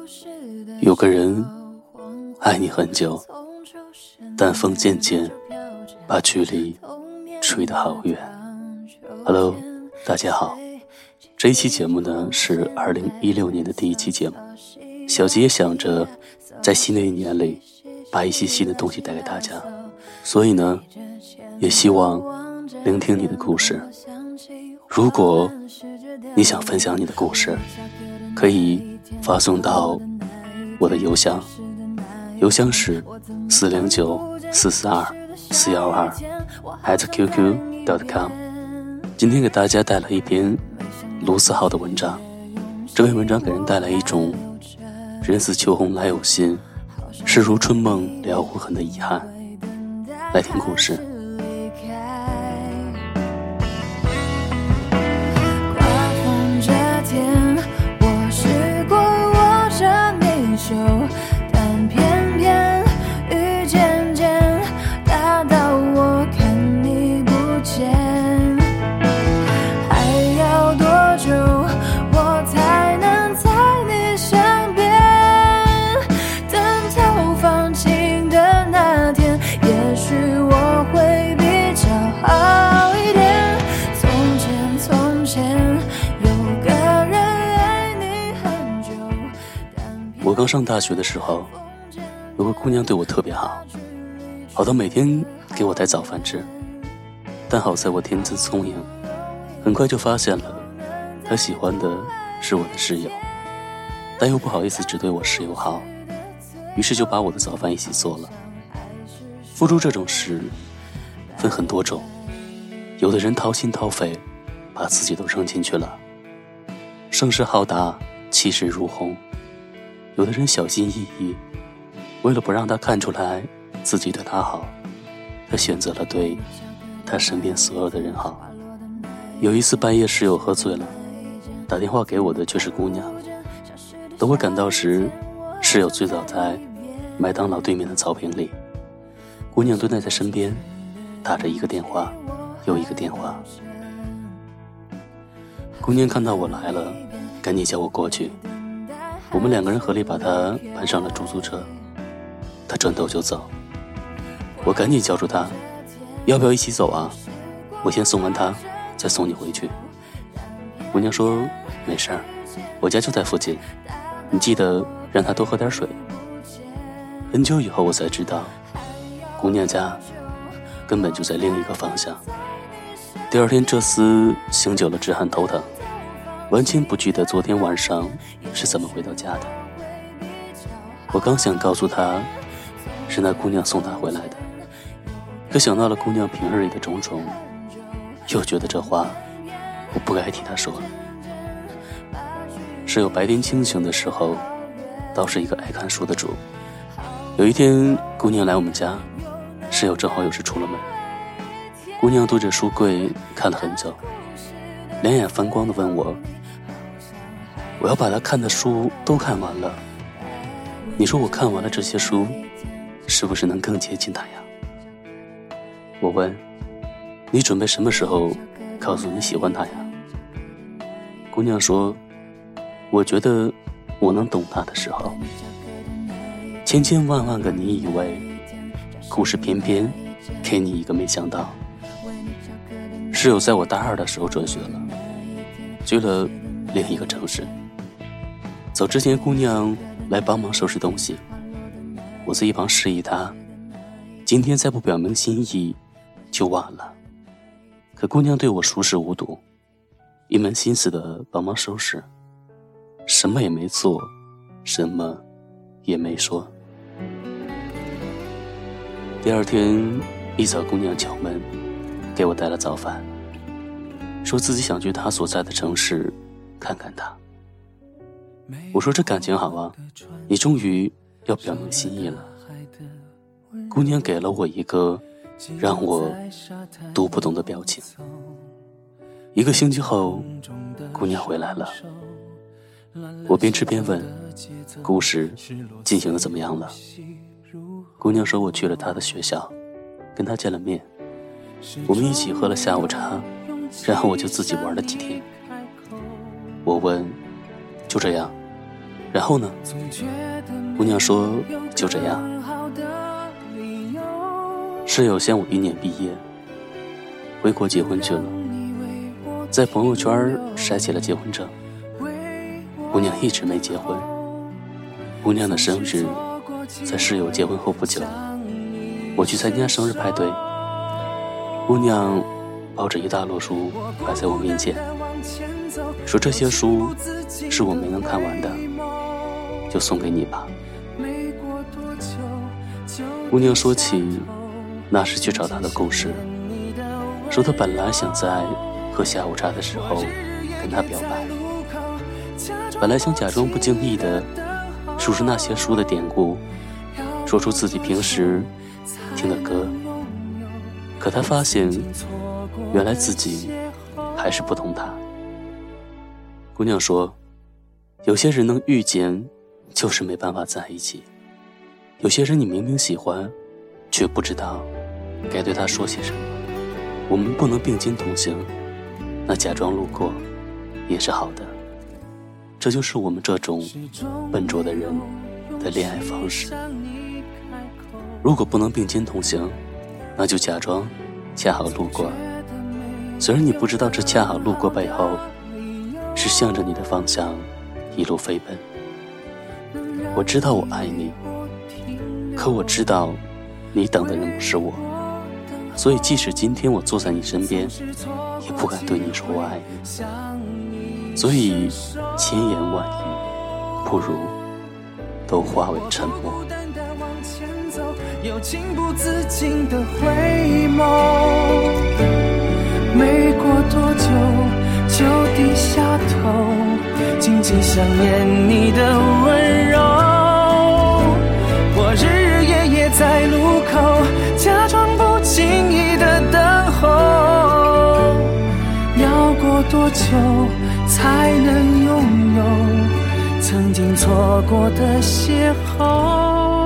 有个人爱你很久，但风渐渐把距离吹得好远。 Hello， 大家好，这一期节目呢是2016年的第一期节目。小吉也想着在新的一年里把一些新的东西带给大家，所以呢也希望聆听你的故事。如果你想分享你的故事，可以发送到我的邮箱，邮箱是409-442-412@qq.com。 今天给大家带来一篇卢思浩的文章，这篇文章给人带来一种人似秋鸿来有心，事如春梦了无痕的遗憾。来听故事。 但偏偏雨渐渐大到我看你不见，还要多久我才能在你身边？等到放晴的那天，也许我会比较好一点。从前有个人爱你很久。 我刚上大学的时候，有个姑娘对我特别好，好到每天给我带早饭吃。但好在我天资聪颖，很快就发现了她喜欢的是我的室友，但又不好意思只对我室友好，于是就把我的早饭一起做了。付出这种事分很多种，有的人掏心掏肺，把自己都扔进去了，声势浩大，气势如虹；有的人小心翼翼，为了不让他看出来自己对他好，他选择了对他身边所有的人好。有一次半夜室友喝醉了，打电话给我的却是姑娘。等我赶到时，室友醉倒在麦当劳对面的草坪里，姑娘蹲在他身边，打着一个电话又一个电话。姑娘看到我来了，赶紧叫我过去。我们两个人合力把她搬上了出租车，她转头就走。我赶紧叫住她，要不要一起走啊？我先送完她，再送你回去。姑娘说没事儿，我家就在附近，你记得让她多喝点水。很久以后我才知道，姑娘家根本就在另一个方向。第二天这厮醒酒了，直喊头疼，完全不记得昨天晚上是怎么回到家的。我刚想告诉他是那姑娘送他回来的，可想到了姑娘平日里的种种，又觉得这话我不该替她说。室友白天清醒的时候倒是一个爱看书的主。有一天姑娘来我们家，室友正好有事出了门。姑娘对着书柜看了很久，两眼翻光地问我，我要把她看的书都看完了，你说我看完了这些书是不是能更接近她呀？我问，你准备什么时候告诉你喜欢她呀？姑娘说，我觉得我能懂她的时候。千千万万个你以为，故事偏偏给你一个没想到。室友在我大二的时候转学了，去了另一个城市。走之前姑娘来帮忙收拾东西，我在一旁示意她，今天再不表明心意就晚了。可姑娘对我熟视无睹，一门心思的帮忙收拾，什么也没做，什么也没说。第二天一早，姑娘敲门给我带了早饭，说自己想去她所在的城市看看她。我说这感情好啊，你终于要表明心意了。姑娘给了我一个让我读不懂的表情。1个星期后，姑娘回来了，我边吃边问，故事进行得怎么样了？姑娘说我去了她的学校，跟她见了面，我们一起喝了下午茶，然后我就自己玩了几天。我问，就这样， 然后呢？姑娘说就这样。室友先我1年毕业，回国结婚去了，在朋友圈晒起了结婚证。姑娘一直没结婚。姑娘的生日在室友结婚后不久，我去参加生日派对，姑娘抱着一大摞书摆在我面前，说这些书是我没能看完的，就送给你吧。姑娘说起那时去找她的故事，说她本来想在喝下午茶的时候跟他表白，本来想假装不经意的述说那些书的典故，说出自己平时听的歌，可他发现原来自己还是不懂他。姑娘说，有些人能遇见就是没办法在一起，有些人你明明喜欢却不知道该对他说些什么。我们不能并肩同行，那假装路过也是好的。这就是我们这种笨拙的人的恋爱方式。如果不能并肩同行，那就假装恰好路过，虽然你不知道这恰好路过背后是向着你的方向一路飞奔。我知道我爱你，可我知道你等的人不是我，所以即使今天我坐在你身边，也不敢对你说我爱你。所以千言万语不如都化为沉默。 有情不自禁的回眸，没过多久就低下头，紧紧想念你的温柔。我日日夜夜在路口，假装不经意的等候，要过多久才能拥有曾经错过的邂逅？